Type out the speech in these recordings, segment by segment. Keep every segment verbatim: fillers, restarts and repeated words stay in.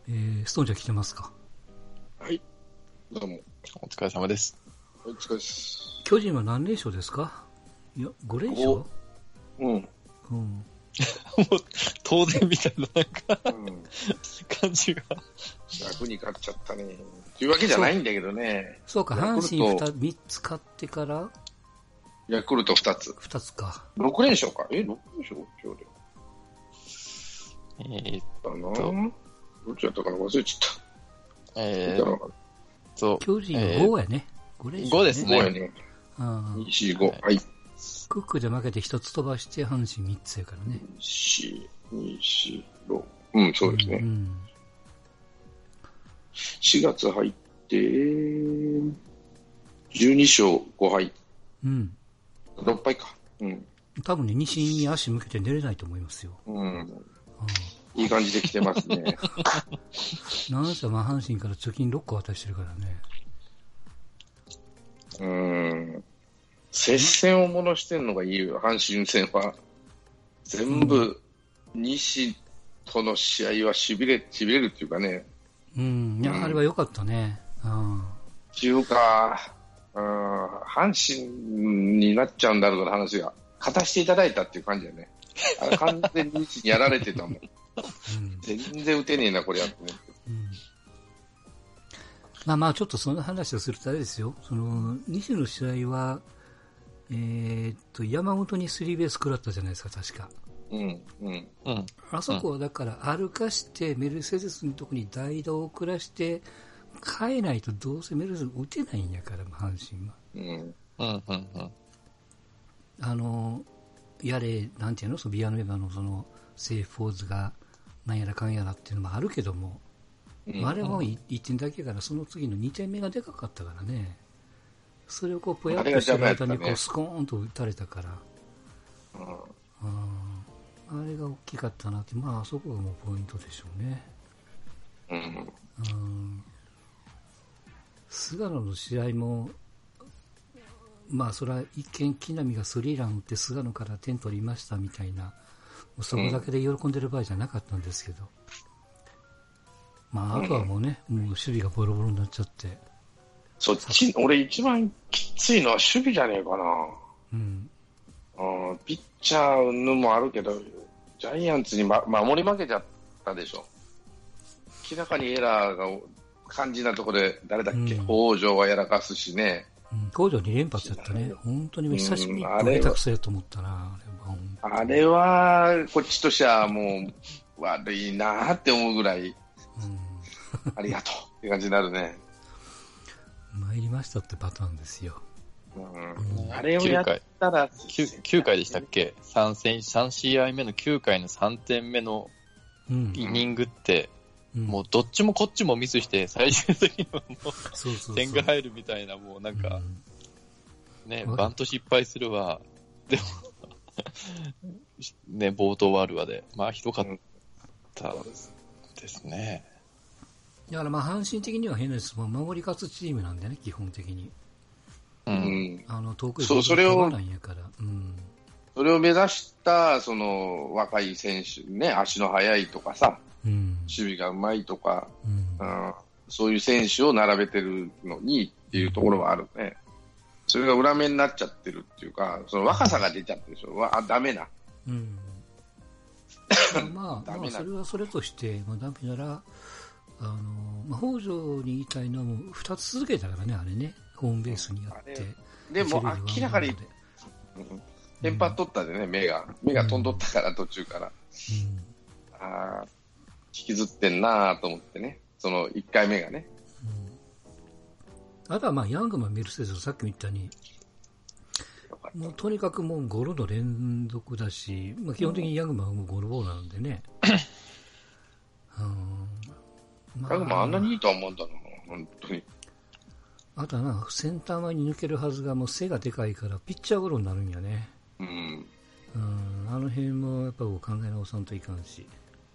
えー、ストーンちゃん来てますか？ はい。どうも。 お疲れ様です。 お疲れです。 巨人は何連勝ですか？いや、ご連勝？ うん。うん。 もう、当然みたいな、なんか、うん、感じが。 楽に勝っちゃったね。というわけじゃないんだけどね。 そう、そうか、阪神みっつ勝ってから、 ヤクルトふたつ。 ふたつか。 ろく連勝か。え、ろく連勝今日で。 えー、っと。どっちやったかな忘れちゃった。 えー、っと。 巨人はごやね。えー、ご連勝、ね。 ごですね。 ごやね。に、よん、ご。はい。 クックで負けてひとつ飛ばして阪神みっつやからね。 し、に、し、ろく。うん、そうですね。うん、しがつ入って、じゅうに勝ご敗。 うん。 ろっ敗か。うん。 多分ね、西に足向けて寝れないと思いますよ。 うん。うん、いい感じで来てますね。 なんせまあ阪神から貯金ろっこ渡してるからね。 うーん。接戦をものしてんのがいいよ、阪神戦は。全部、西との試合はしびれ、しびれるっていうかね。 うん、いや、うん、あれは良かったね。うん。 っていうか、うん、阪神になっちゃうんだろうな話が。勝たせていただいたっていう感じだね。あれ完全に西にやられてたもん。うん、全然打てねえな、これやって思って。うん、 まあまあ、ちょっとその話をするとあれですよ。その、西の試合は、えー、っと、山本にスリーベース食らったじゃないですか、確か。 うん、うん、うん。 あそこはだから歩かして、メルセデスのとこに代打を送らして、変えないとどうせメルセデス打てないんやから、阪神は。 うん、うん、うん、うん。 あの、やれ、なんていうの、そのビアノエバのその、セーフォーズが、なんやらかんやらっていうのもあるけども、うん、あれもいってんだけから、その次のにてんめがでかかったからね。それをこう、ぽやっとしてる間にこう、スコーンと打たれたから。うん、あれが大きかったなって、まあ、あそこがもうポイントでしょうね。うん、菅野の試合も、まあ、それは一見、木浪がスリーラン打って菅野から点取りましたみたいな、もうそこだけで喜んでる場合じゃなかったんですけど、まあ、あとはもうね、もう守備がボロボロになっちゃって。 そっち、俺一番きついのは守備じゃねえかな。うん。あピッチャーのもあるけど、ジャイアンツに、ま、守り負けちゃったでしょ。明らかにエラーが肝心なところで、誰だっけ、北条、うん、はやらかすしね。 うん、北条に連発やったね。本当に久しぶりに下手くそやと思ったな。 あれは、あれはこっちとしてはもう悪いなって思うぐらい、うん、ありがとうって感じになるね。 参りましたってパターンですよ。 うん、あれをやったらきゅう, きゅうかいでしたっけ 3, 戦3試合目のきゅうかいのさんてんめのイニングって、うん、もうどっちもこっちもミスして最終的にはもう点が入るみたいな、もうなんか、うん、ねバント失敗するわ、でもね冒頭はあるわで、まあひどかったですね。 だからまあ阪神的には変なです。守り勝つチームなんでね、基本的に。 うん、 あの遠くに飛ばないんやから。うん、 それを目指したその若い選手ね、足の速いとかさ、うん、守備がうまいとか、うんうん、そういう選手を並べてるのにっていうところはあるね。それが裏目になっちゃってるっていうか、その若さが出ちゃってるでしょ。あ、ダメな。うん、 まあ、まあ、それはそれとして、まあ、ダメなら、あのまあ、北条に言いたいのはもうふたつ続けたからね、あれね。ホームベースにやって。 でも明らかに、テンパっとったでね、うん、目が。目が飛んどったから、うん、途中から。うん、ああ、引きずってんなぁと思ってね。そのいっかいめがね。 うん、あとはまあ、ヤングマン、メルセデス、さっきも言ったように、もうとにかくもうゴロの連続だし、まあ、基本的にヤングマンはもうゴロボールなんでね。 うんまあ、ヤングマンあんなにいいとは思うんだな、本当に。 あとはな、センター前に抜けるはずがもう背がでかいからピッチャーゴロになるんやね。うん。うん、あの辺もやっぱ考え直さんといかんし。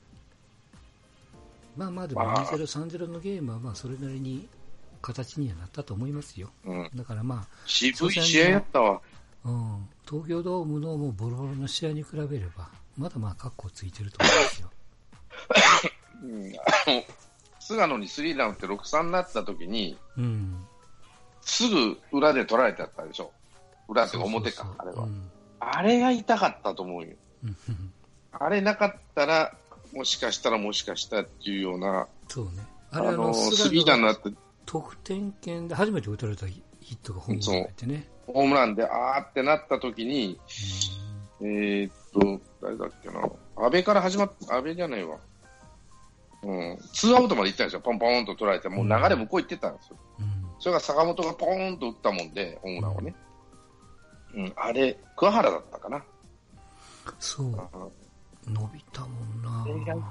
まあまあでもにたいゼロ、さんたいゼロのゲームはまあそれなりに形にはなったと思いますよ。うん、だからまあ。 渋い試合やったわ。 うん。東京ドームのもうボロボロの試合に比べれば、まだまあカッコついてると思うんですよ。 うん、 菅野にスリーラン打ってろくさんになった時に、 うん、 すぐ裏で取られてあったでしょ。裏って表か、そうそうそう、あれは、うん。あれが痛かったと思うよ。あれなかったら、もしかしたらもしかしたらっていうような、 そうね。 あれあの、スリーランになって、 得点圏で初めて打たれたヒットがホームランってね。 ホームランで、あーってなった時に、えー、っと、誰だっけな、安倍から始まった、安倍じゃないわ。うん、ツーアウトまで行ったんですよ、ポンポーンと取られて、もう流れ向こう行ってたんですよ、うん、それが坂本がポーンと打ったもんで、ホームランをね、うん、あれ、桑原だったかな、 そう、伸びたもんな、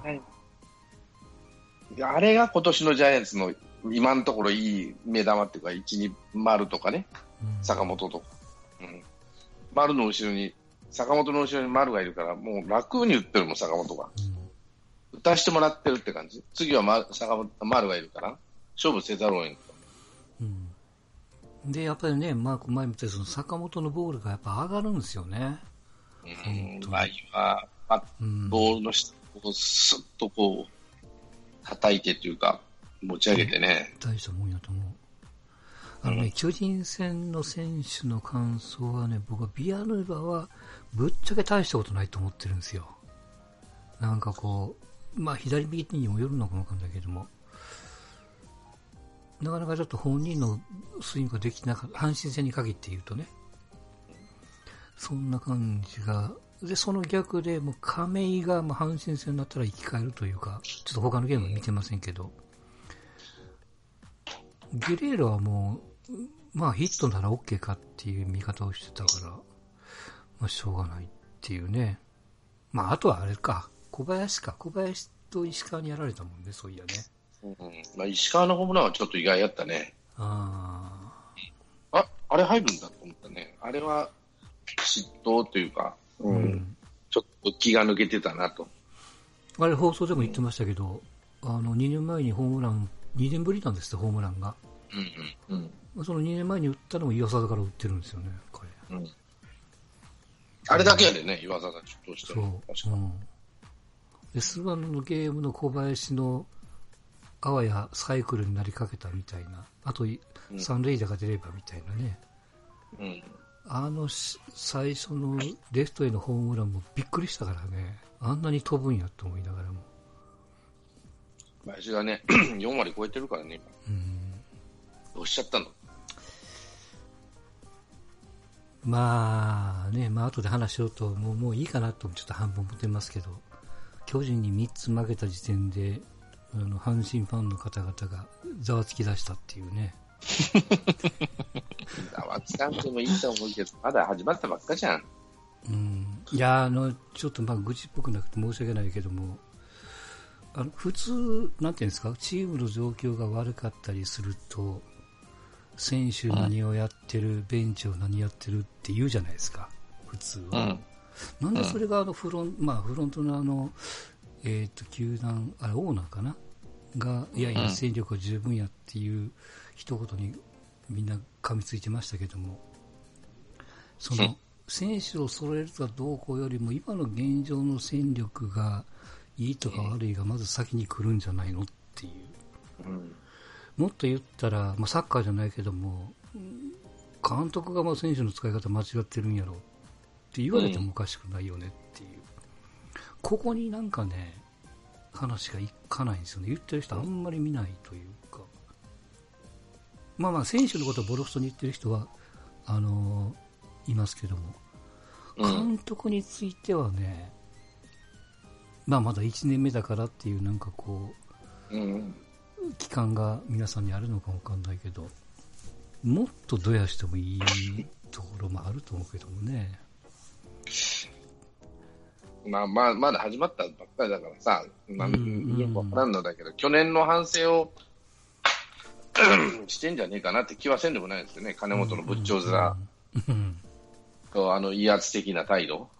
あれが今年のジャイアンツの今のところいい目玉っていうか、いち、に、丸とかね、うん、坂本とか、うん、丸の後ろに、坂本の後ろに丸がいるから、もう楽に打ってるもん、坂本が。うん打たしてもらってるって感じ。次は、ま、坂本丸がいるから勝負せざるを得んと、 うん、でやっぱりね、マーク前みたいにその坂本のボールがやっぱ上がるんですよね。 うん、まあ今、あ、うん、ボールの下をスッとこう叩いてというか持ち上げてね。 大したもんやと思う。あのね、うん、巨人戦の選手の感想はね、僕はビアヌーバはぶっちゃけ大したことないと思ってるんですよ。なんかこう。まあ左右にもよるのかもわかんないけども、なかなかちょっと本人のスイングができなかった、阪神戦に限って言うとね、そんな感じが、で、その逆で、もう亀井がまあ阪神戦になったら生き返るというか、ちょっと他のゲームは見てませんけど、ゲレーロはもう、まあヒットなら OK かっていう見方をしてたから、まあしょうがないっていうね。まああとはあれか、小林か、小林と石川にやられたもんね、そういやね。 うんまあ、石川のホームランはちょっと意外やったね。 ああ、あれ入るんだと思ったね。あれは嫉妬というか、うんうん、ちょっと気が抜けてたなと。 あれ放送でも言ってましたけど、うん、あのにねんまえにホームラン、にねんぶりなんですって、ホームランが。 うんうんうん、 そのにねんまえに打ったのも岩貞から打ってるんですよね、彼。うん、 あれだけやでね、岩貞としても。そう。うんで菅野のゲームの小林のあわやサイクルになりかけたみたいな、あと三塁打が出ればみたいなね、 うん、 あの最初のレフトへのホームランもびっくりしたからね、あんなに飛ぶんやと思いながらも。 林がねよんわり超えてるからね今、うん、どうしちゃったの。 まあね、まあ後で話しようともう、もういいかなとちょっと半分思ってますけど、巨人にみっつ負けた時点であの阪神ファンの方々がざわつき出したっていうね。 ざわつかんでもいいと思うけど、まだ始まったばっかじゃん。 うん、いやあのちょっとまあ愚痴っぽくなくて申し訳ないけども、あの普通なんていうんですか、チームの状況が悪かったりすると選手何をやってる、うん、ベンチを何やってるって言うじゃないですか普通は。うんなんでそれがあのフロン、まあ、フロントのあの、えー、と球団あれオーナーかながいやいや戦力は十分やっていう一言にみんな噛みついてましたけども、その選手を揃えるかどうこうよりも今の現状の戦力がいいとか悪いがまず先に来るんじゃないのっていう、もっと言ったら、まあ、サッカーじゃないけども監督がまあ選手の使い方間違ってるんやろって言われてもおかしくないよねっていう、うん、ここになんかね話がいかないんですよね。言ってる人あんまり見ないというか、まあまあ選手のことをボロクソに言ってる人はあのー、いますけども、監督についてはね、まあまだいちねんめだからっていうなんかこう、うん、期間が皆さんにあるのかわかんないけど、もっとどやしてもいいところもあると思うけどもね。 まあまあ、まだ始まったばっかりだからさ、まあ、よくわからんのだけど、去年の反省をしてんじゃねえかなって気はせんでもないですよね。金本の仏頂面とあの威圧的な態度。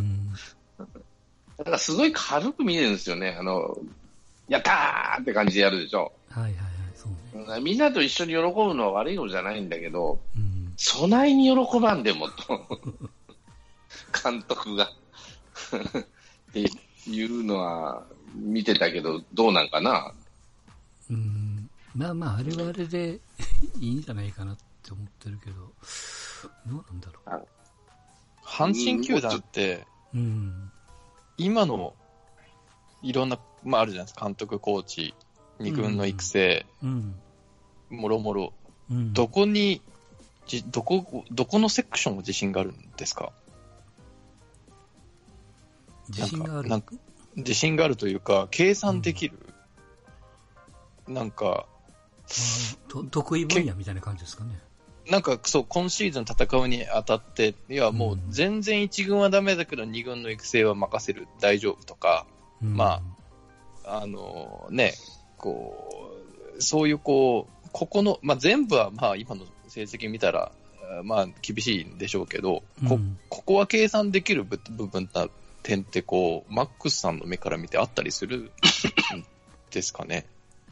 だからすごい軽く見えるんですよね。あのやったーって感じでやるでしょ。 はいはいはい、そうね。 みんなと一緒に喜ぶのは悪いのじゃないんだけど、うん、そないに喜ばんでもと監督がっていうのは見てたけどどうなんかな。 うーまあまあ、あれはあれでいいんじゃないかなって思ってるけど、どうなんだろう。 阪神球団って、うん、今のいろんな、まああるじゃないですか、監督、コーチ、二軍の育成、うんうん、もろもろ、どこに、どこ、どこのセクションも自信があるんですか？ 自信があるなんか自信があるというか、計算できる、うん、なんか、 得意分野みたいな感じですかね。 なんかそう、今シーズン戦うにあたって、いやもう全然一軍はダメだけど二軍の育成は任せる、大丈夫とか、うん、まあ、あのね、こう、そういうこう、ここの、まあ全部はまあ今の成績見たら、まあ厳しいんでしょうけど、うん、こ, ここは計算できる部分な点ってこう、マックスさんの目から見てあったりするんですかね。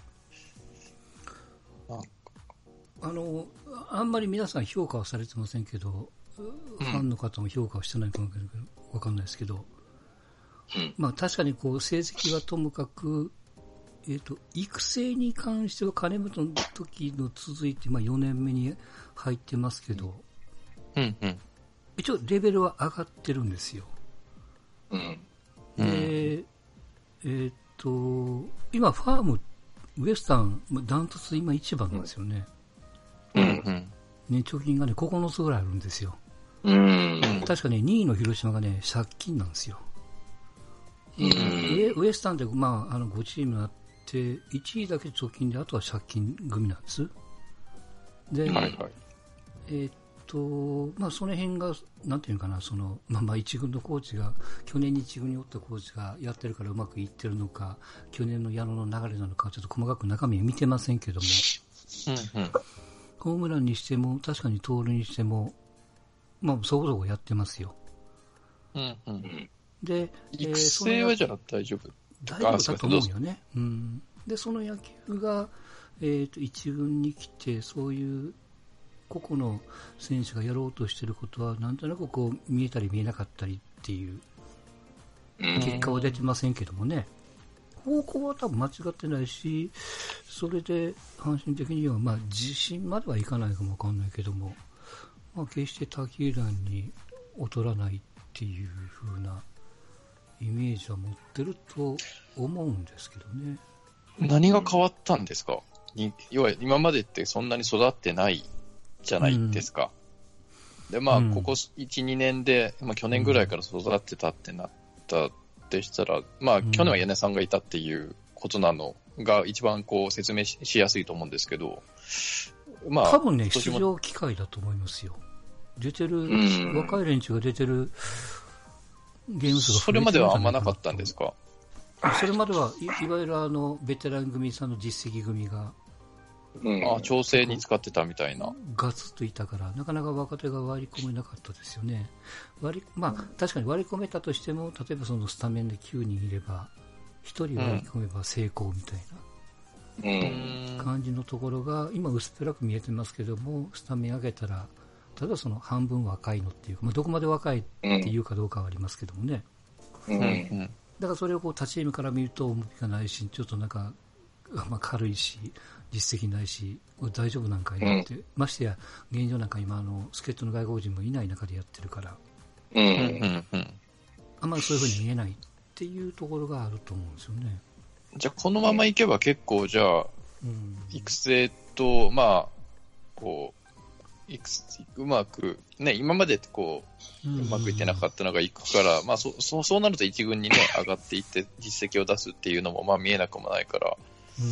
あの、あんまり皆さん評価はされてませんけど、ファンの方も評価はしてないかわかんないですけど、うん、まあ確かにこう成績はともかく、えっと、育成に関しては金本の時の続いて、まあよねんめに入ってますけど、 うんうん、 一応レベルは上がってるんですよ。 うん、 で、えっと、今ファーム、ウエスタン、ダントツ今一番なんですよね。 うんうん、 年長金がね、ここのつぐらいあるんですよ。 うん、 確かね、にいの広島がね、借金なんですよ。うん、ウ, ウエスタンで、まあ、あのごチームあって、いちいだけ貯金で、あとは借金組なんです。で、 はいはい、 えー、っと、まあ、その辺が、なんていうかな、その、まあ、まあ、一軍のコーチが、去年に一軍におったコーチがやってるからうまくいってるのか、去年の矢野の流れなのか、ちょっと細かく中身は見てませんけども、 うんうん、 ホームランにしても、確かに盗塁にしても、まあ、そこそこやってますよ。 うんうん、 で、 育成はじゃあ大丈夫大丈夫だと思うよね。うん、で、その野球が、えー、と一軍に来て、そういう個々の選手がやろうとしていることは、なんとなくこう見えたり見えなかったりっていう結果は出てませんけどもね。方向は多分間違ってないし、それで阪神的には、まあ、自信まではいかないかもわかんないけども、まあ、決して他球団に劣らないっていう風なイメージは持ってると思うんですけどね。 何が変わったんですか？要は今までってそんなに育ってないじゃないですか。うん、で、まあ、ここいち、にねんで、まあ、去年ぐらいから育ってたってなったでしたら、まあ、去年は柳さんがいたっていうことなのが一番こう説明 し, しやすいと思うんですけど、まあ、 多分ね、出場機会だと思いますよ。出てる、若い連中が出てるゲーム数が増えてるんじゃないかなと。 それまではあんまなかったんですか？ それまでは い, いわゆるあのベテラン組さんの実績組が、 うん、あ調整に使ってたみたいな。 ガツッといたから、なかなか若手が割り込めなかったですよね。割りまあ、確かに割り込めたとしても、例えばそのスタメンできゅうにんいれば、ひとり割り込めば成功みたいな感じのところが、今薄っぺらく見えてますけども、スタメン上げたら、例えばその半分若いのっていうか、まあ、どこまで若いっていうかどうかはありますけどもね。 うんうん、 だからそれをこう他チームから見ると重きがないし、ちょっとなんか、まあ、軽いし、実績ないし、大丈夫なんかいなって、うん、ましてや現状なんか今あの助っ人の外国人もいない中でやってるから、 うんうんうん、 あんまりそういう風に見えないっていうところがあると思うんですよね。 じゃあこのままいけば結構じゃあ、うん、育成とまあこううまくね、今までこう、うまくいってなかったのがいくから、まあそそそうなると一軍にね上がっていって実績を出すっていうのもまあ見えなくもないから。うん、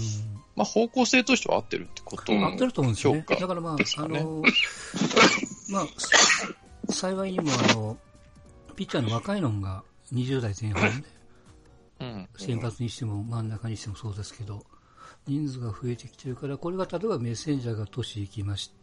まあ、方向性としては合ってるってこと合ってると思うんですよね。だからまあ、ね、あの、まあ、幸いにもあの、ピッチャーの若いのがにじゅう代前半で、うん、先発にしても真ん中にしてもそうですけど、人数が増えてきてるから、これが例えばメッセンジャーが年行きました。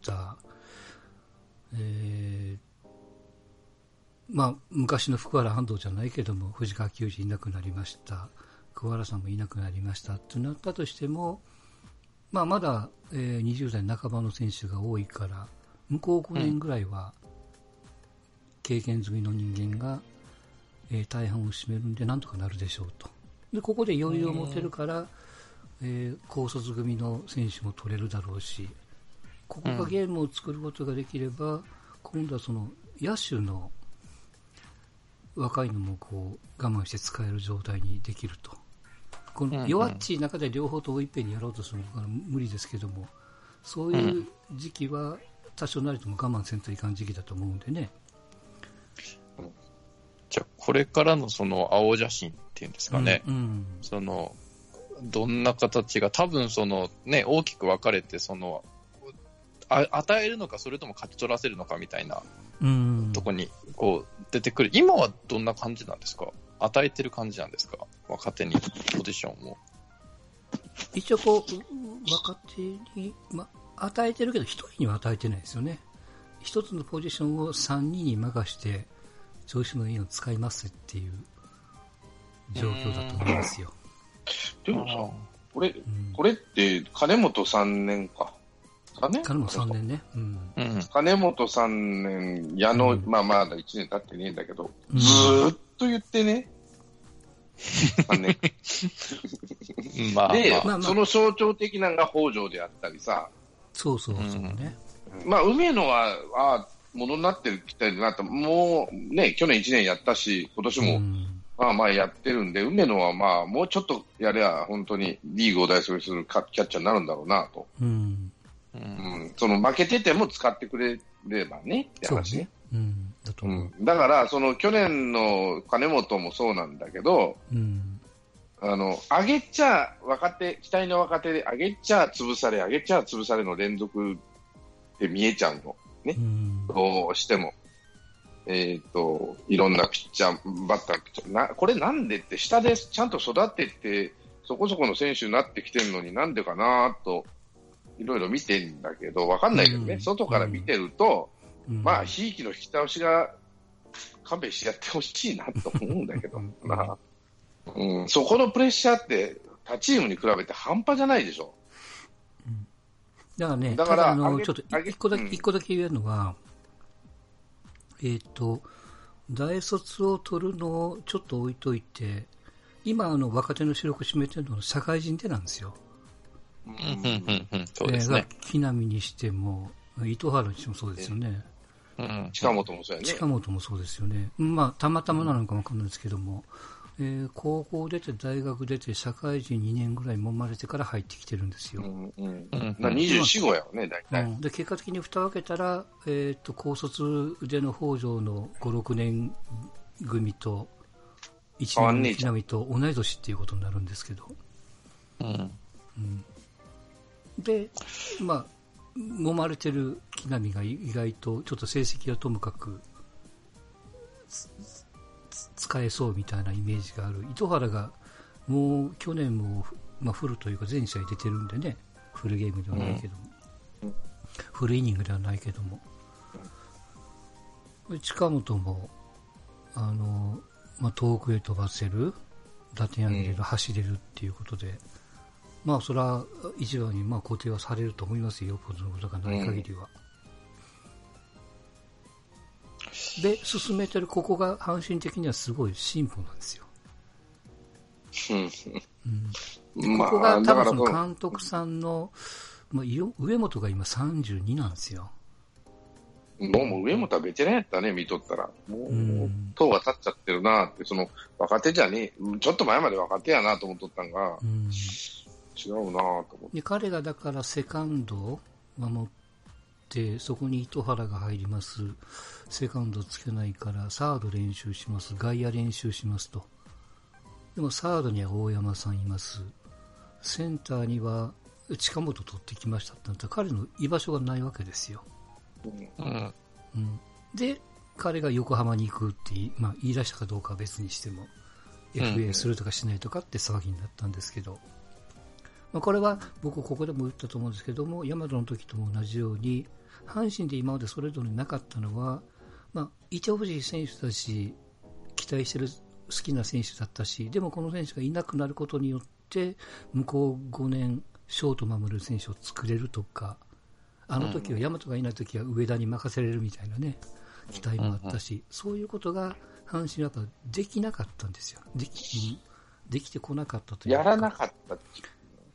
えー、まあ、昔の福原安藤じゃないけども、藤川球児いなくなりました。桑原さんもいなくなりましたってなったとしても、まあ、まだ、えー、にじゅう代半ばの選手が多いから向こうごねんぐらいは経験済みの人間が、えー、大半を占めるんでなんとかなるでしょうと。でここで余裕を持てるからえー、高卒組の選手も取れるだろうし、ここがゲームを作ることができれば、うん、今度はその野手の若いのもこう我慢して使える状態にできると。この弱っちい中で両方といっぺんにやろうとするのが無理ですけども、そういう時期は多少なりとも我慢せんといかん時期だと思うんでね。 じゃあこれからのその青写真っていうんですかね、 うんうん、 そのどんな形が多分その、ね、大きく分かれてそのあ与えるのかそれとも勝ち取らせるのかみたいなとこにこう出てくる。今はどんな感じなんですか？与えてる感じなんですか？若手にポジションを。 一応こう若手に、ま、与えてるけど一人には与えてないですよね。一つのポジションを三人に任して調子のいいの使いますっていう状況だと思いますよ。 でもさ、これ、うん、これって金本さんねんか。金本さんねんね。うん、 金本さんねん、矢野、うん、まあまだいちねん経ってねえんだけど、うん、ずーっと言ってね。さんねんまあ、で、まあまあ、その象徴的なのが北条であったりさ。 そうそうそうね。 うん、まあ、梅野は、ああ、ものになってるきたいなと、もうね、去年いちねんやったし、今年も、うん、まあまあやってるんで、梅野はまあ、もうちょっとやれば、本当にリーグを代表するキャッチャーになるんだろうなと。うんうん、その負けてても使ってくれればねって話ね。 うん、だと思う。 うん、だからその去年の金本もそうなんだけど、うん、あの上げちゃ若手期待の若手で上げちゃ潰され上げちゃ潰されの連続って見えちゃうのね。うん、どうしても。えっといろんなピッチャーバッターピッチャーなこれなんでって下でちゃんと育ってってそこそこの選手になってきてるのになんでかなと。いろいろ見てんだけど、わかんないけどね、うん、外から見てると、うん、まあ、ひいきの引き倒しが勘弁してやってほしいなと思うんだけど、なうん、そこのプレッシャーって、他チームに比べて半端じゃないでしょ。 うん、だからね、だからあのちょっと一個だけ、うん、一個だけ言えるのは、えっと、大卒を取るのをちょっと置いといて、今、あの若手の主力を占めてるのは社会人でなんですよ。 うんうんうん、そうですね。 木浪にしても、糸原にしてもそうですよね。 うん、近本もそうやね。 近本もそうですよね。まあ、たまたまなのかもわかんないですけども、うんえー、高校出て、大学出て、社会人にねんぐらい揉まれてから入ってきてるんですよ。うんうんうん、にじゅうよん、ごやわね、大体、 うん。で、結果的に蓋を開けたら、えっと、高卒での北条のご、ろくねん組と、いちねんの木浪と同い年っていうことになるんですけど。うん。うんで、まあ、揉まれてる木浪が意外とちょっと成績はともかく使えそうみたいなイメージがある。糸原がもう去年も、まあ、フルというか全試合出てるんでね、フルゲームではないけども、うん、フルイニングではないけども、近本もあの、まあ、遠くへ飛ばせる、打点上げれる、うん、走れるっていうことで。まあ、それは一番にまあ固定はされると思いますよ、よっぽどのことがない限りは。うん、で、進めてるここが阪神的にはすごい進歩なんですよ。うん、ここが多分その監督さんの、まあ、上本が今さんじゅうになんですよ。 もうもう上本はベテランやったね、見とったら。もう、うん、塔が立っちゃってるなって、その若手じゃねえ、ちょっと前まで若手やなと思っとったんが、うん違うなと思って。 彼がだからセカンドを守ってそこに糸原が入ります。セカンドつけないからサード練習します。外野練習しますと。でもサードには大山さんいます。センターには近本取ってきましたってなったら彼の居場所がないわけですよ。うんうん、で彼が横浜に行くって、まあ、言い出したかどうかは別にしても エフエー するとかしないとかって騒ぎになったんですけど、まあ、これは僕ここでも言ったと思うんですけども、大和の時とも同じように阪神で今までそれぞれなかったのは、まあ、いてほしい選手だし期待してる好きな選手だったし、でもこの選手がいなくなることによって向こうごねんショート守る選手を作れるとか、あの時は大和がいない時は上田に任せれるみたいなね期待もあったし、そういうことが阪神はやっぱできなかったんですよ。でき、できてこなかったというか。 やらなかったっていう。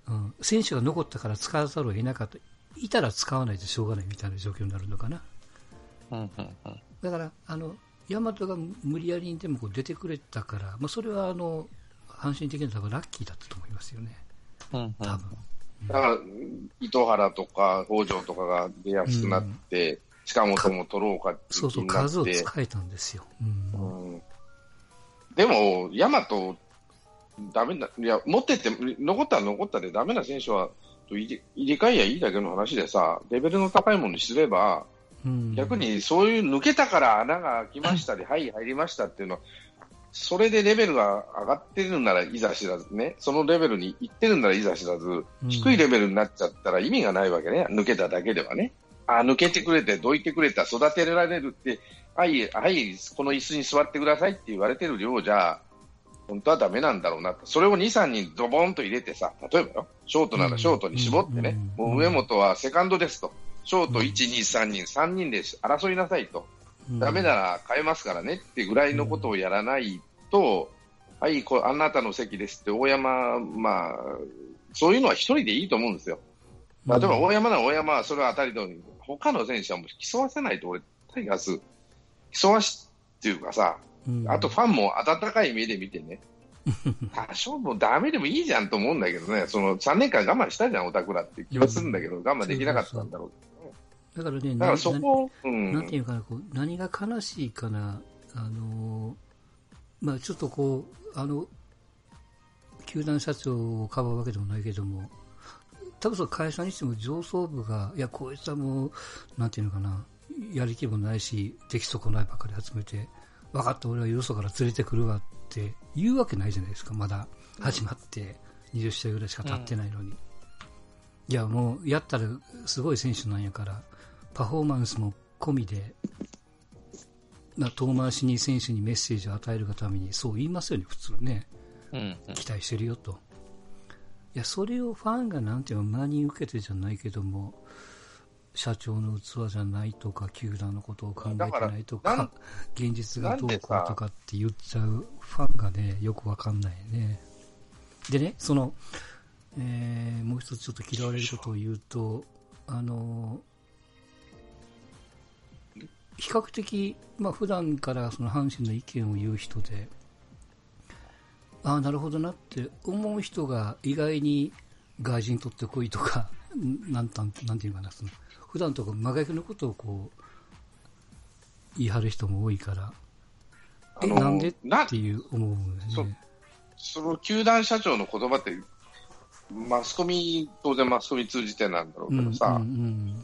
うん、選手が残ったから使わざるを得なかった。いたら使わないとしょうがないみたいな状況になるのかな。 うんうんうん、 だから、あの、大和が無理やりにでもこう出てくれたから、まあ、それはあの、阪神的には多分ラッキーだったと思いますよね。 うんうん、 多分。 だから、糸原とか北条とかが出やすくなって、うん、近本も取ろうかってそうそう、数を使えたんですよ。うんうん、でも、大和、ダメだ、いや、持ってって、残ったら残ったでダメな選手は入れ、入れ替えやいいだけの話でさ、レベルの高いものにすれば、うん、逆にそういう抜けたから穴が開きましたで、はい、入りましたっていうのは、それでレベルが上がってるならいざ知らずね、そのレベルに行ってるならいざ知らず、うん、低いレベルになっちゃったら意味がないわけね、抜けただけではね。あ、抜けてくれて、どいてくれた、育てられるって、はい、はい、この椅子に座ってくださいって言われてる量じゃ、本当はダメなんだろうなって。それをに、さんにんドボンと入れてさ、例えばよ、ショートならショートに絞ってね、うん、もう上本はセカンドですと。ショートいち、に、さんにん、さんにんで争いなさいと。うん、ダメなら変えますからねってぐらいのことをやらないと、うん、はい、これあなたの席ですって大山、まあ、そういうのは一人でいいと思うんですよ。例えば大山なら大山はそれは当たり通りに、他の選手はもう競わせないと俺、タイガース、競わしっていうかさ、うん、あとファンも温かい目で見てね、多少もうダメでもいいじゃんと思うんだけどね、そのさんねんかん我慢したじゃん、オタクらって気はするんだけど、うん、我慢できなかったんだろうけどね。 だからね、 だからそこ、 うん、なんていうかな、こう何が悲しいかな、あのまあ、ちょっとこう、あの、球団社長をかばうわけでもないけども、多分その会社にしても上層部が、いや、こいつはもう、なんていうのかな、やる気もないし、出来損ないばかり集めて、分かった、俺はよそから連れてくるわって言うわけないじゃないですか、まだ始まってにじゅっしあいぐらいしか経ってないのに。うん、いや、もう、やったらすごい選手なんやから、パフォーマンスも込みで、な遠回しに選手にメッセージを与えるがために、そう言いますよね、普通ね。 うんうん、 期待してるよと。いや、それをファンがなんていうの、真に受けてじゃないけども、社長の器じゃないとか、球団のことを考えてないとか、現実がどうこうとかって言っちゃうファンがね、よくわかんないね。でね、その、えー、もう一つちょっと嫌われることを言うと、あの、比較的、まあ普段からその阪神の意見を言う人で、ああ、なるほどなって思う人が意外に外人取ってこいとか、なんたん、なんていうかな、その普段とか真逆のことをこう言い張る人も多いから、え、なんでっていう思うんですね。 その球団社長の言葉って、マスコミ、当然マスコミ通じてなんだろうけどさ、うんうんうん、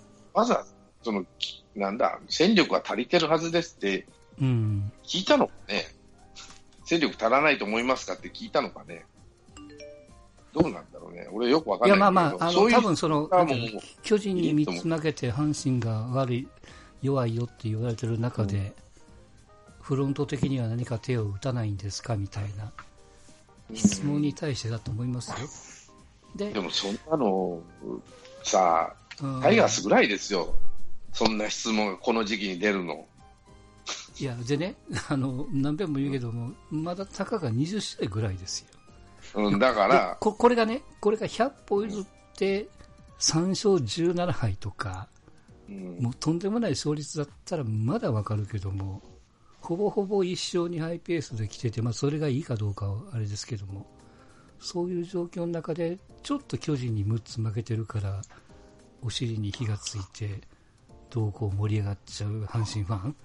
まずは、その、なんだ、戦力が足りてるはずですって、聞いたのかね、うん、戦力足らないと思いますかって聞いたのかね。どうなんだろうね。俺よくわかんないけど。いや、まあまあ、あの、 そういう多分その、巨人にみっつ負けて阪神が悪い、弱いよって言われてる中で、うん、フロント的には何か手を打たないんですかみたいな質問に対してだと思いますよ。 で、でもそんなの、さあ、タイガースぐらいですよ。そんな質問がこの時期に出るの。 いや、でね、あの、何遍も言うけども、うん、まだたかがにじゅっしあいぐらいですよ。 うん、だからこ、これがね、これがひゃっぽ譲ってさんしょうじゅうななはいとか、うん、もうとんでもない勝率だったらまだわかるけども、ほぼほぼいっしょうにはいペースで来てて、まあそれがいいかどうかはあれですけども、そういう状況の中で、ちょっと巨人にむっつ負けてるから、お尻に火がついて、どうこう盛り上がっちゃう阪神ファン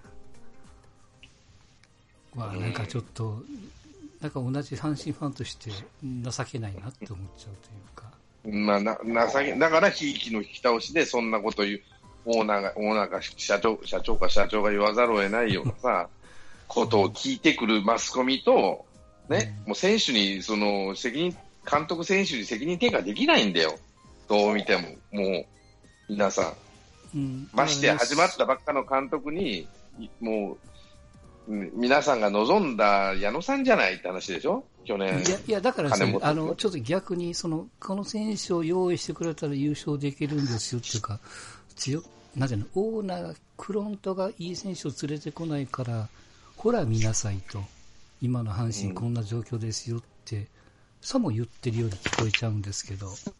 は、なんかちょっと、なんか同じ阪神ファンとして情けないなって思っちゃうというか。 まあ、な情けだから、ひいきの引き倒しで、そんなこと言う、オーナーが、オーナーか社長、社長か社長が言わざるを得ないようなさ、ことを聞いてくるマスコミと、ね、うん、もう選手に、その、責任、監督選手に責任転嫁できないんだよ。どう見ても、もう、皆さん。うん、まして始まったばっかの監督に、もう、皆さんが望んだ矢野さんじゃないって話でしょ去年。 いや、いやだからですね、あの、ちょっと逆に、その、この選手を用意してくれたら優勝できるんですよっていうか、強、なぜの、オーナーが、フロントがいい選手を連れてこないから、ほら見なさいと、今の阪神こんな状況ですよって、うん、さも言ってるように聞こえちゃうんですけど、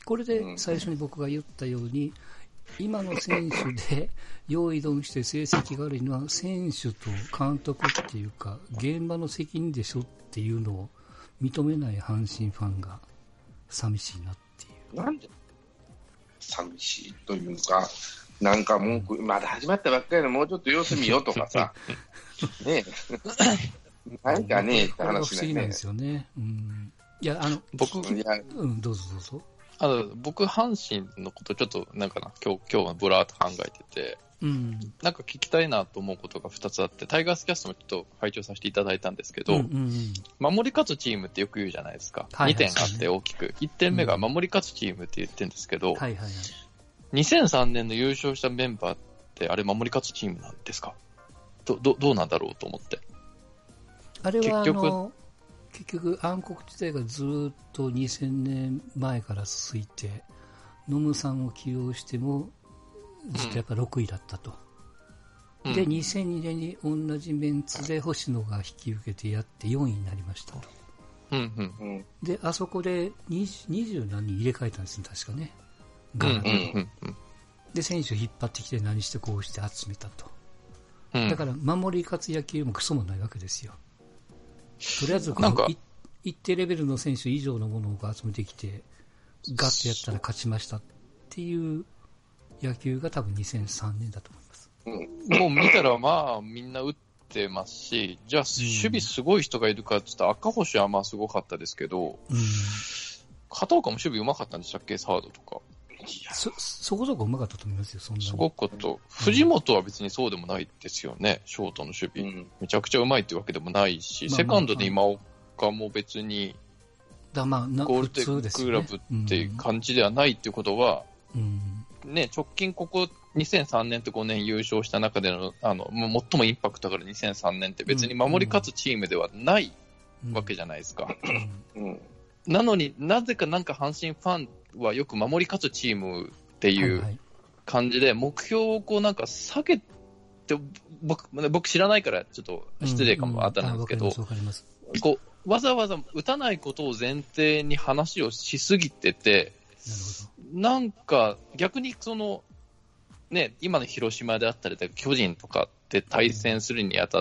これで最初に僕が言ったように、今の選手で用意どんして成績が悪いのは選手と監督っていうか現場の責任でしょっていうのを認めない阪神ファンが寂しいなっていう。 なんで寂しいというか、なんか文句、うん、まだ始まったばっかりのもうちょっと様子見ようとかさ、ねえ、なんかねえって話なんね。不思議なんですよね。うん、いや、あの、 僕、いや、 うん、どうぞどうぞ。 あの僕、阪神のことちょっとなんかな今日今日はブラーっと考えてて、うん、なんか聞きたいなと思うことがふたつあって、タイガースキャストもちょっと拝聴させていただいたんですけど、うんうんうん、守り勝つチームってよく言うじゃないですか、はいはい、にてんあって大きく、いってんめが守り勝つチームって言ってるんですけど、うんはいはいはい、にせんさんねんの優勝したメンバーってあれ守り勝つチームなんですか？ ど, ど, どうなんだろうと思って。 あれは結局あの結局暗黒時代がずっとにせんねんまえから続いて、ノムさんを起用してもずっとやっぱろくいだったと、うん、でにせんにねんに同じメンツで星野が引き受けてやってよんいになりましたと、うんうん、であそこでにじゅう何人入れ替えたんですね確かね、ガラッと、うんうん、で選手を引っ張ってきて何してこうして集めたと、うん、だから守り勝つ野球もクソもないわけですよ。とりあえずこの一定レベルの選手以上のものを集めてきてガッとやったら勝ちましたっていう野球が多分にせんさんねんだと思います、 うん、もう見たらまあみんな打ってますし、じゃあ守備すごい人がいるかって言ったら赤星はまあすごかったですけど、うん、片岡も守備うまかったんでしたっけ、サードとか。 いや そ, そこそこうまかったと思いますよ。そんなにすごくこと、藤本は別にそうでもないですよね、ショートの守備、うん、めちゃくちゃうまいってわけでもないし、まあまあ、セカンドで今岡も別にゴールデンクラブっていう感じではないっていうことは、うんね、直近ここにせんさんねんとごねん優勝した中で の, あの最もインパクトがあるにせんさんねんって別に守り勝つチームではないわけじゃないですか、うんうん、なのになぜかなんか阪神ファンはよく守り勝つチームっていう感じで目標をこうなんか下げて、僕、僕知らないからちょっと失礼かもあったんですけど、うんうん、こうわざわざ打たないことを前提に話をしすぎてて、なるほど、なんか逆にその、ね、今の広島であったり巨人とかって対戦するにあたって、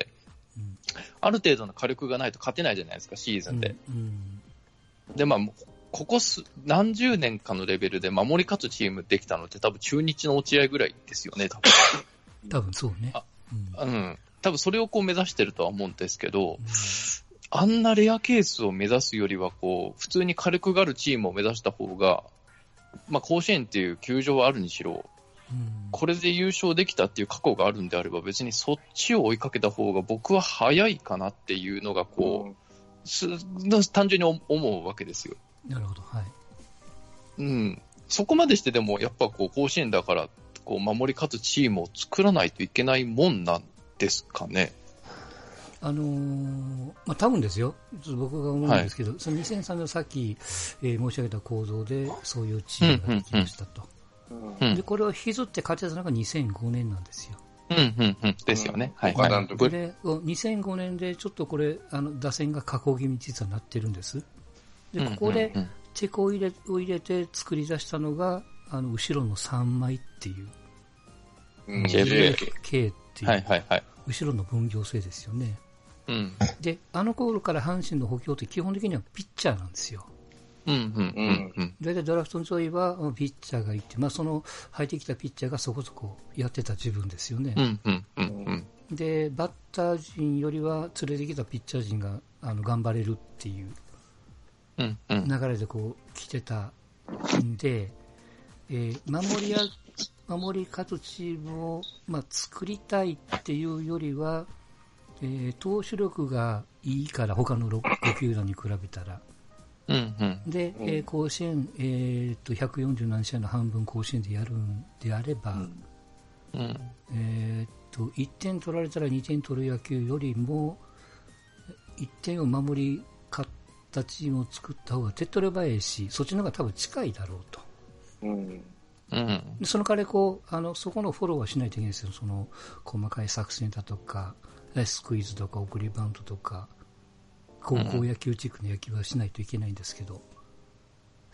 うん、ある程度の火力がないと勝てないじゃないですか、シーズンで、うんうん、でまあここ何十年かのレベルで守り勝つチームできたのって多分中日の落合ぐらいですよね、多分多分そうね、 あ、うん、うん、多分それをこう目指してるとは思うんですけど、うん、あんなレアケースを目指すよりはこう普通に火力があるチームを目指した方が、まあ、甲子園っていう球場はあるにしろ、うん、これで優勝できたっていう過去があるんであれば別にそっちを追いかけた方が僕は早いかなっていうのがこう、うん、単純に思うわけですよ。 なるほど、はい、 うん、そこまでしてでもやっぱこう甲子園だからこう守り勝つチームを作らないといけないもんなんですかね。 あのーまあ、多分ですよ、僕が思うんですけど、はい、そのにせんさんねんのさっき、えー、申し上げた構造でそういうチームができましたと、うんうん、でこれを引きずって勝てたのがにせんごねんなんですよ。 うんうんうん、ですよね、はいはい、 でにせんごねんでちょっとこれあの打線が下降気味に実はなってるんです。でここでチェコを入れ、を入れて作り出したのがあの後ろのさんまいっていう、 うん、ジェイエーケー っていう、はいはいはい、後ろの分業制ですよね、うん、であの頃から阪神の補強って基本的にはピッチャーなんですよ。うんうんうんうん、だいたいドラフト上位はピッチャーがいて、まあ、その入ってきたピッチャーがそこそこやってた自分ですよね、うんうんうんうん、でバッター陣よりは連れてきたピッチャー陣があの頑張れるっていう流れでこう来てたんで、えー、守りや守り勝つチームを、まあ、作りたいっていうよりは、えー、投手力がいいから他のろく球団に比べたら、うんうん、で、えー、甲子園、えー、とひゃくよんじゅう何試合の半分甲子園でやるんであれば、うんうん、えー、といってん取られたらにてん取る野球よりもいってんを守り勝ったチームを作った方が手っ取り早いし、そっちの方が多分近いだろうと、うんうん、でその代わりこうあのそこのフォローはしないといけないですよ。その細かい作戦だとかスクイズとか送りバウンドとか高校野球チックの野球はしないといけないんですけど、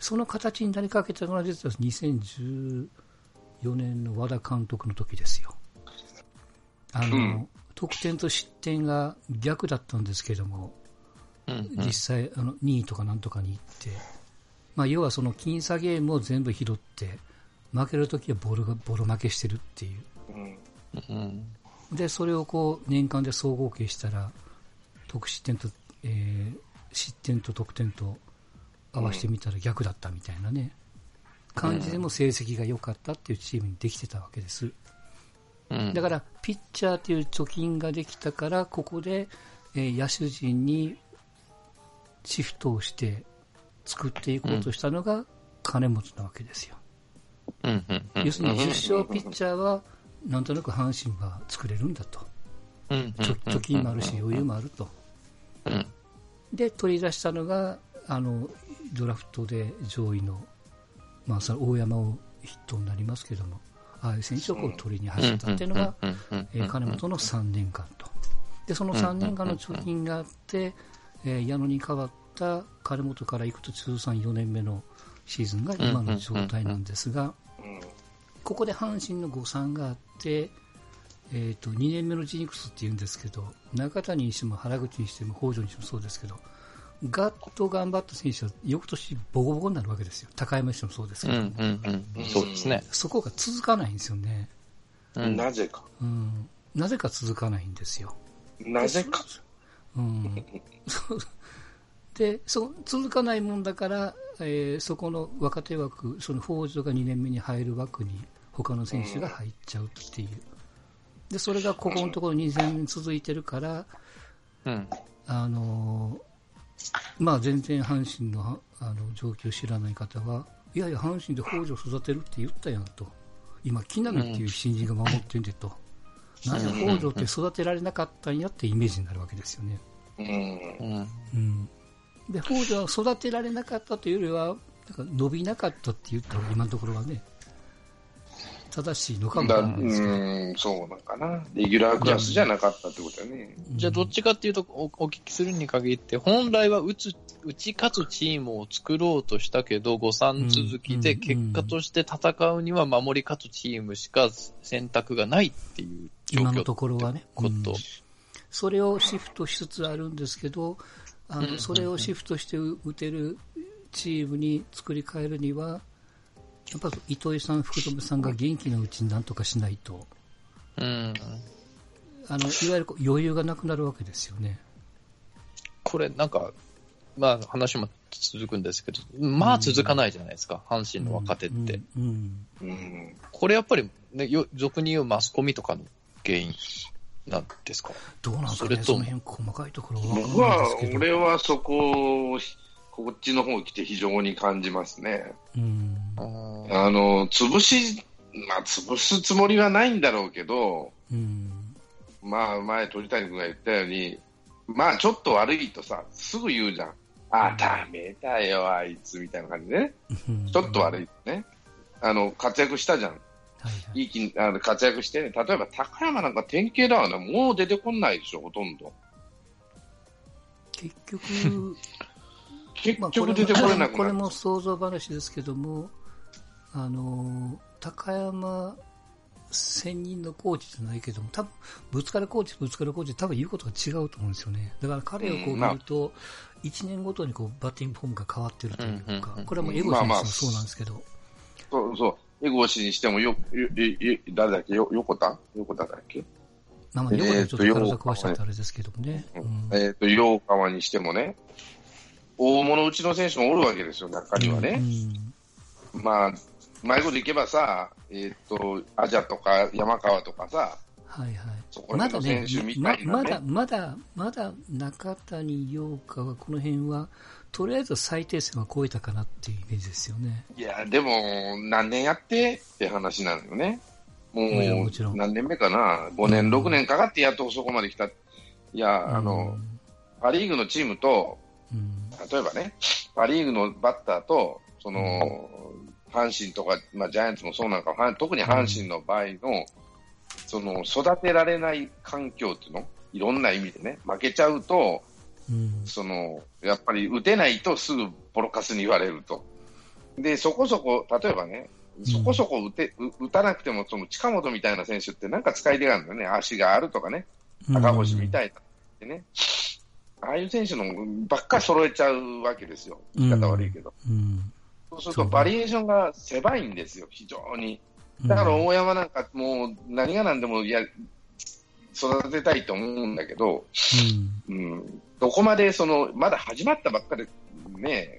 その形になりかけたのが実はにせんじゅうよねんの和田監督の時ですよ。あの、うん、得点と失点が逆だったんですけども、うんうん、実際あのにいとかなんとかに行って、まあ、要はその僅差ゲームを全部拾って負けるときはボールがボロ負けしてるっていう、うんうん、でそれをこう年間で総合計したら得失点と、えー、失点と得点と合わせてみたら逆だったみたいなね、感じでも成績が良かったっていうチームにできてたわけです、うん、だからピッチャーという貯金ができたからここで、えー、野手陣にシフトをして作っていこうとしたのが金本なわけですよ、うんうんうん、要するにじゅっ勝ピッチャーはなんとなく阪神は作れるんだと、うんうんうん、貯金もあるし余裕もあると、うん、で取り出したのがあのドラフトで上位の、まあ、その大山を筆頭になりますけども、ああいう選手をこう取りに走ったっていうのが、えー、金本のさんねんかんと、でそのさんねんかんの貯金があって、えー、矢野に代わった金本からいくと通算よねんめのシーズンが今の状態なんですが、ここで阪神の誤算があって、えー、とにねんめのジニクスっていうんですけど、中谷にしても原口にしても北条にしてもそうですけど、ガッと頑張った選手は翌年ボコボコになるわけですよ。高山にしてもそうですけど、うんうんうん、そうですね。そこが続かないんですよね、 うん、なぜか、 うん、なぜか続かないんですよ。 なぜか、 うん、でそ続かないもんだから、えー、そこの若手枠、その北条がにねんめに入る枠に他の選手が入っちゃうっていう、でそれがここのところにねん続いてるから、うん、あのーまあ、全然阪神 の, あの状況を知らない方はいやいや阪神で北条育てるって言ったやんと、今木浪っていう新人が守ってんでと、うん、なぜ北条って育てられなかったんやってイメージになるわけですよね、うんうん、で北条は育てられなかったというよりはなんか伸びなかったって言ったら今のところはね正しいのかもしれないですけど、 うんそうなんかな、レギュラークラスじゃなかったってことだね。 じゃあどっちかっていうと お, お聞きするに限って本来は打つ打ち勝つチームを作ろうとしたけど誤算続きで結果として戦うには守り勝つチームしか選択がないっていう状況今のところはね、うん、それをシフトしつつあるんですけど、あのそれをシフトして打てるチームに作り変えるにはやっぱ糸井さん、福留さんが元気なうちになんとかしないと、うん、あのいわゆる余裕がなくなるわけですよね。 これなんか、まあ、話も続くんですけど、まあ続かないじゃないですか、うん、阪神の若手って、うんうんうん、これやっぱり、ね、俗に言うマスコミとかの原因なんですか。 どうなんですかね、その辺細かいところは分かん僕は俺はそこをこっちの方に来て非常に感じますね。うん、あの潰し、まあ、潰すつもりはないんだろうけど、うん、まあ前鳥谷君が言ったように、まあちょっと悪いとさすぐ言うじゃん。あ、ダメだよあいつみたいな感じでね。ちょっと悪いね。あの活躍したじゃん。はいはい、いい気あの活躍してね。例えば高山なんか典型だわね。もう出てこないでしょほとんど。 結局。 結局出てこれなくなる、まあ、 これも想像話ですけども、あの高山専任のコーチじゃないけども、多分ぶつかるコーチぶつかるコーチ多分言うことが違うと思うんですよね。だから彼をこう見るといちねんごとにこうバッティングフォームが変わってるというか、これはもうエゴ選手もそうなんですけど、まあまあ、そうそうエゴ氏にしてもよよよ誰だっけよ横田横田だっけまあまあ横田ちょっと体壊しちゃったあれですけどもね、 えー、と陽川にしてもね大物うちの選手もおるわけですよ、中にはね。うん、まあ、うまいこといけばさ、えっ、ー、と、アジャとか山川とかさ、はいはい、そこら辺の選手みたいな、ね、 まだ、まだ、まだ中谷陽川、この辺は、とりあえず最低線は超えたかなっていうイメージですよね。 いや、でも、何年やってって話なのよね。もう、もちろん何年目かな、ごねん、ろくねんかかってやっとそこまで来た。いや、うん、あの、パ・リーグのチームと、うん、例えばね、パ・リーグのバッターとその、うん、阪神とか、まあ、ジャイアンツもそうなんか、特に阪神の場合の、うん、その育てられない環境っていうの、いろんな意味でね、負けちゃうと、うん、そのやっぱり打てないとすぐボロカスに言われると、 で、そこそこ、例えばね、そこそこ打て、うん、打たなくても、その近本みたいな選手ってなんか使い手があるんだよね。足があるとかね。赤星みたいなってね。ああいう選手のばっかり揃えちゃうわけですよ。言い方悪いけど。うんうん、そうするとバリエーションが狭いんですよ、非常に。だから大山なんかもう何が何でもや育てたいと思うんだけど、うんうん、どこまでそのまだ始まったばっかりね、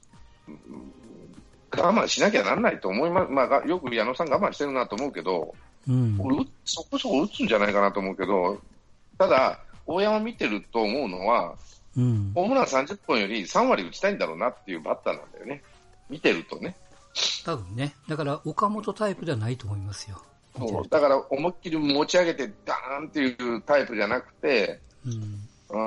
我慢しなきゃなんないと思います。まあ、よく矢野さん我慢してるなと思うけど、うん、そこそこ打つんじゃないかなと思うけど、ただ、大山見てると思うのは、うん、ホームランさんじゅっぽんよりさんわり打ちたいんだろうなっていうバッターなんだよね。見てるとね。 多分ね。だから岡本タイプではないと思いますよ。 そうだから思いっきり持ち上げてダーンっていうタイプじゃなくて、うん、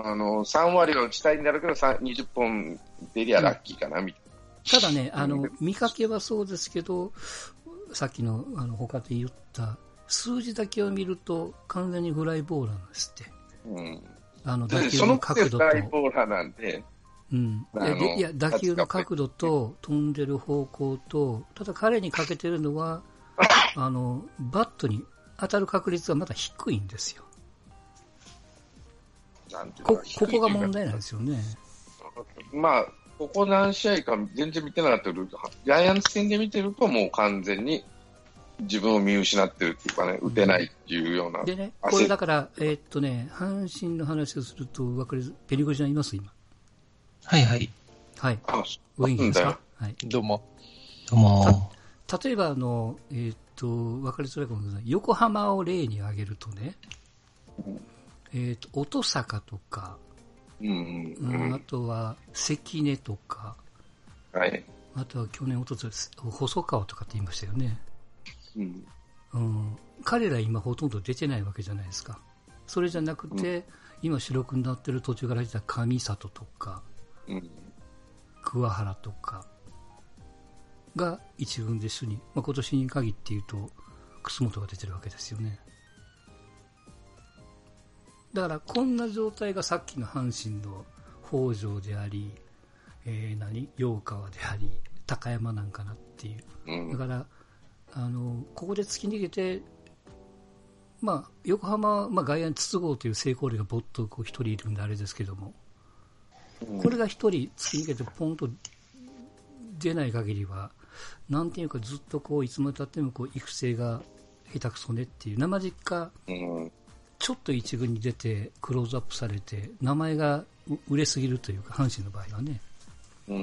あのさんわりは打ちたいんだろうけどにじゅっぽん出りゃラッキーかなみたいな。ただね、あの見かけはそうですけど、さっきのあの他で言った数字だけを見ると完全にフライボールなんですって。うん、あの打球の角度と、フライボーラーなんで、うん、でいや打球の角度と飛んでる方向と、ただ彼にかけてるのはあのバットに当たる確率はまだ低いんですよ。なんていうこ, ここが問題なんですよね。 まあここ何試合か全然見てなかったけど、ジャイアンツ戦で見てるともう完全に自分を見失ってるっていうかね、打てないっていうような。 でね、これだから、えー、っとね、阪神の話をすると、わかり、ペニコちゃんいます今。 はいはい。 はい。お元気ですか？はい。 どうも。 どうも。 例えば、あの、えー、っと、わかりづらいかもしれない。横浜を例に挙げるとね、えー、っと、音坂とか、うんうん、あとは関根とか、はい。あとは去年、おととし、細川とかって言いましたよね。うんうん、彼ら今ほとんど出てないわけじゃないですか。それじゃなくて、うん、今主力になってる途中から出た上里とか、うん、桑原とかが一軍で一緒に、まあ、今年に限って言うと楠本が出てるわけですよね。だからこんな状態がさっきの阪神の北条であり、えー、何陽川であり高山なんかなっていう、うん、だからあのここで突き逃げて、まあ、横浜は、まあ、外野に筒香という成功例がぼっとこう一人いるんであれですけども、うん、これが一人突き逃げてポンと出ない限りはなんていうかずっとこういつまでたってもこう育成が下手くそねっていう生実家、うん、ちょっと一軍に出てクローズアップされて名前が売れすぎるというか阪神の場合はね、うん、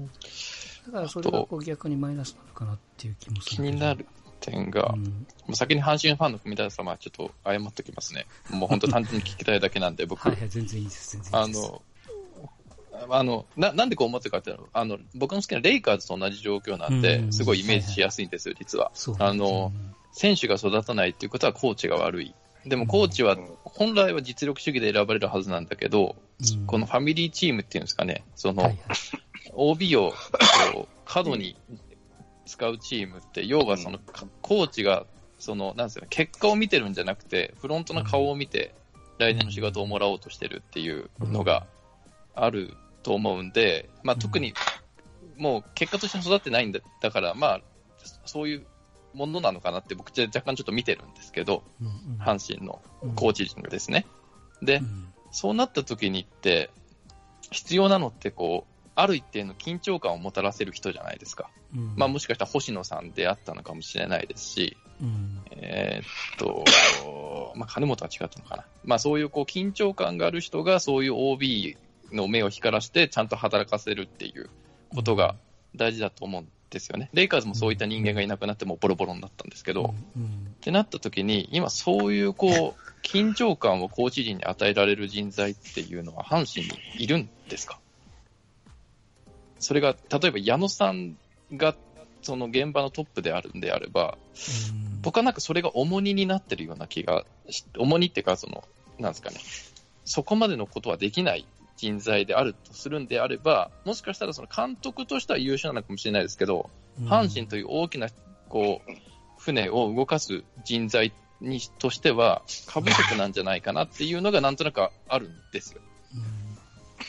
だからそれがこう逆にマイナスなのかなっていう気もする。 気になる点が、うん、もう先に阪神ファンの文田様はちょっと謝っておきますね。もう本当単純に聞きたいだけなんで僕はい、はい、全然いいです全然いいです。 あのあの な, なんでこう思ってるかっていうと、あの僕の好きなレイカーズと同じ状況なんで、うん、すごいイメージしやすいんですよ、はいはい、実は。あの、うん、選手が育たないっていうことはコーチが悪い。でもコーチは本来は実力主義で選ばれるはずなんだけど、うん、このファミリーチームっていうんですかね、その、はいはい、オービー をこう過度に使うチームって、要はそのコーチがそのなんですかね、結果を見てるんじゃなくてフロントの顔を見て来年の仕事をもらおうとしてるっていうのがあると思うんで、まあ、特にもう結果として育ってないんだ、だからまあそういうものなのかなって僕若干ちょっと見てるんですけど、阪神のコーチ陣がですね。で、そうなった時にって必要なのってこうある一定の緊張感をもたらせる人じゃないですか。うん、まあもしかしたら星野さんであったのかもしれないですし、うん、えー、っと、まあ金本は違ったのかな。まあそういうこう緊張感がある人がそういう オービー の目を光らしてちゃんと働かせるっていうことが大事だと思うんですよね。レイカーズもそういった人間がいなくなってもうボロボロになったんですけど、うんうん、ってなった時に今そういうこう緊張感をコーチ陣に与えられる人材っていうのは阪神にいるんですか？それが例えば矢野さんがその現場のトップであるんであれば、僕はなんかそれが重荷になってるような気が、重荷っていうかそのなんですかね、そこまでのことはできない人材であるとするんであれば、もしかしたらその監督としては優秀なのかもしれないですけど、阪神という大きなこう船を動かす人材にとしては過不足なんじゃないかなっていうのがなんとなくあるんですよ。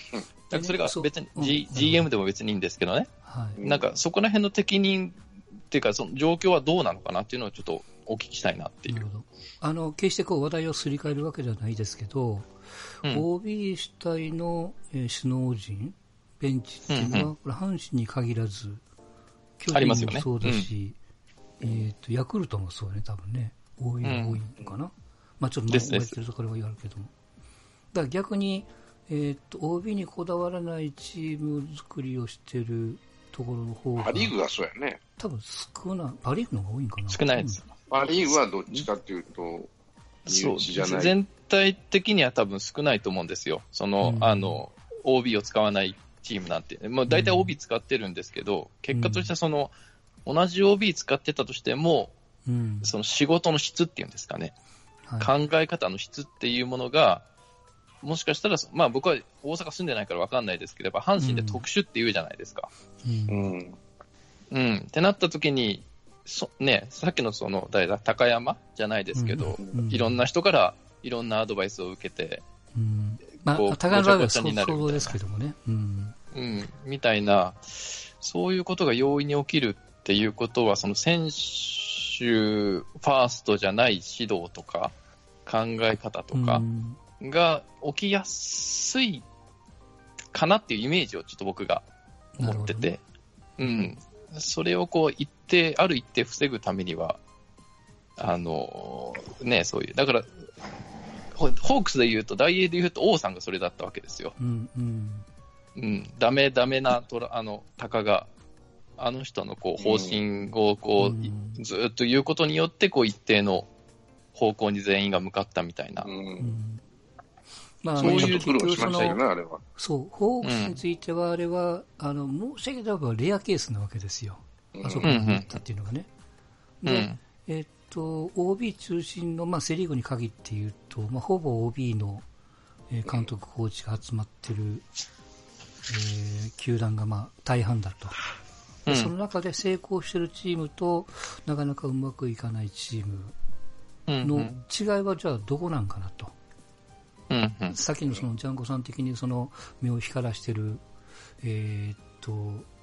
だからそれが別に、G ジーエム でも別にいいんですけどね。はい、なんかそこら辺の適任っていうか、その状況はどうなのかなっていうのをちょっとお聞きしたいなっていう。なるほど。 あの、決してこう話題をすり替えるわけではないですけど、うん、オービー 主体の、えー、首脳陣、ベンチっていうのは、うんうん、これ阪神に限らず、巨人もそうだし、うん、えっと、ヤクルトもそうね、多分ね、多い、多いのかな。うん、まあちょっと覚えてるところは言われるけども。だから逆に、えっと、オービー にこだわらないチーム作りをしてるところの方が。 パリーグはそうやね。 多分少ない、パリーグの方が多いんかな。 少ないです。 パリーグはどっちかっていうと、身内じゃない。 全体的には多分少ないと思うんですよ。その、うん、あの、オービー を使わないチームなんて。もう大体 オービー 使ってるんですけど、うん、結果としてはその、同じ オービー 使ってたとしても、うん、その仕事の質っていうんですかね。はい、考え方の質っていうものが、もしかしたら、まあ僕は大阪住んでないから分かんないですけど、やっぱ阪神で特殊って言うじゃないですか。うん。うん。うん、ってなった時に、そね、さっきのその、誰だ、高山じゃないですけど、うんうん、いろんな人からいろんなアドバイスを受けて、うん、まあ、こう、高山は想像ですけどもね。うん。うん、みたいな、そういうことが容易に起きるっていうことは、その選手ファーストじゃない指導とか、考え方とか、うんが起きやすいかなっていうイメージをちょっと僕が持ってて、うん。それをこう一定、ある一定防ぐためには、あのー、ね、そういう、だから、ホークスで言うと、大英で言うと王さんがそれだったわけですよ。うん、うん。うん。ダメダメなトラ、あの、タカが、あの人のこう方針をこう、うん、ずっと言うことによって、こう一定の方向に全員が向かったみたいな。うんまあ、そういう苦労しましたよね、あれは。そう、ホークスについては、あれは、うん、あの、申し訳ないばレアケースなわけですよ。うん、あそこに行ったっていうのがね。うん、で、えっと、オービー 中心の、まあ、セリーグに限って言うと、まあ、ほぼ オービー の、えー、監督、コーチが集まってる、えー、球団が、まあ、大半だと。で、その中で成功してるチームと、なかなかうまくいかないチームの違いは、じゃあ、どこなんかなと。うんうん、さっきのそのジャンゴさん的にその目を光らしてる、えー、っと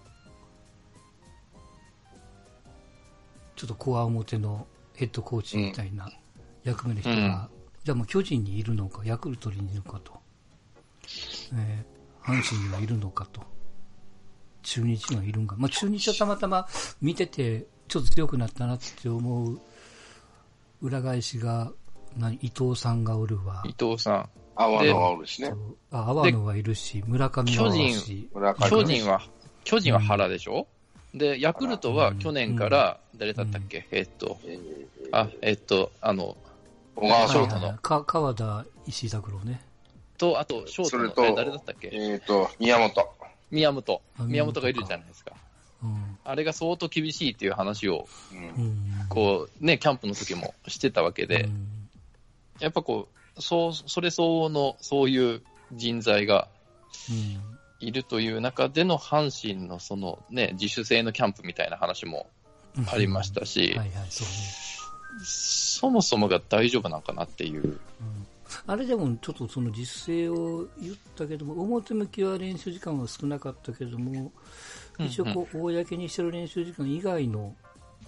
ちょっとコア表のヘッドコーチみたいな役目の人が、うん、じゃあもう巨人にいるのかヤクルトにいるのかと、えー、阪神にはいるのかと中日にはいるんか、まあ、中日はたまたま見ててちょっと強くなったなって思う裏返しが何伊藤さんがおるわ。 伊藤さん。 阿波野はおるしね。 あ、阿波野はいるし、村上はおるし。 巨人は、巨人は原でしょ、うん、で、ヤクルトは去年から、誰だったっけ、うん、えー、っと、あ、えー、っと、あの、 小川翔太の。か川田石井拓郎ね。 と、あと、ショートの、え誰だったっけえー、っと、宮本。 宮本。宮本がいるじゃないですか。うん、あれが相当厳しいっていう話を、うん、こう、ね、キャンプの時もしてたわけで、うん、やっぱこう、そう、それ相応のそういう人材がいるという中での阪神のそのね、自主性のキャンプみたいな話もありましたし、そもそもが大丈夫なんかなっていう。うん、 あれでもちょっとその自主性を言ったけども、表向きは練習時間は少なかったけども、一応こう公にしてる練習時間以外の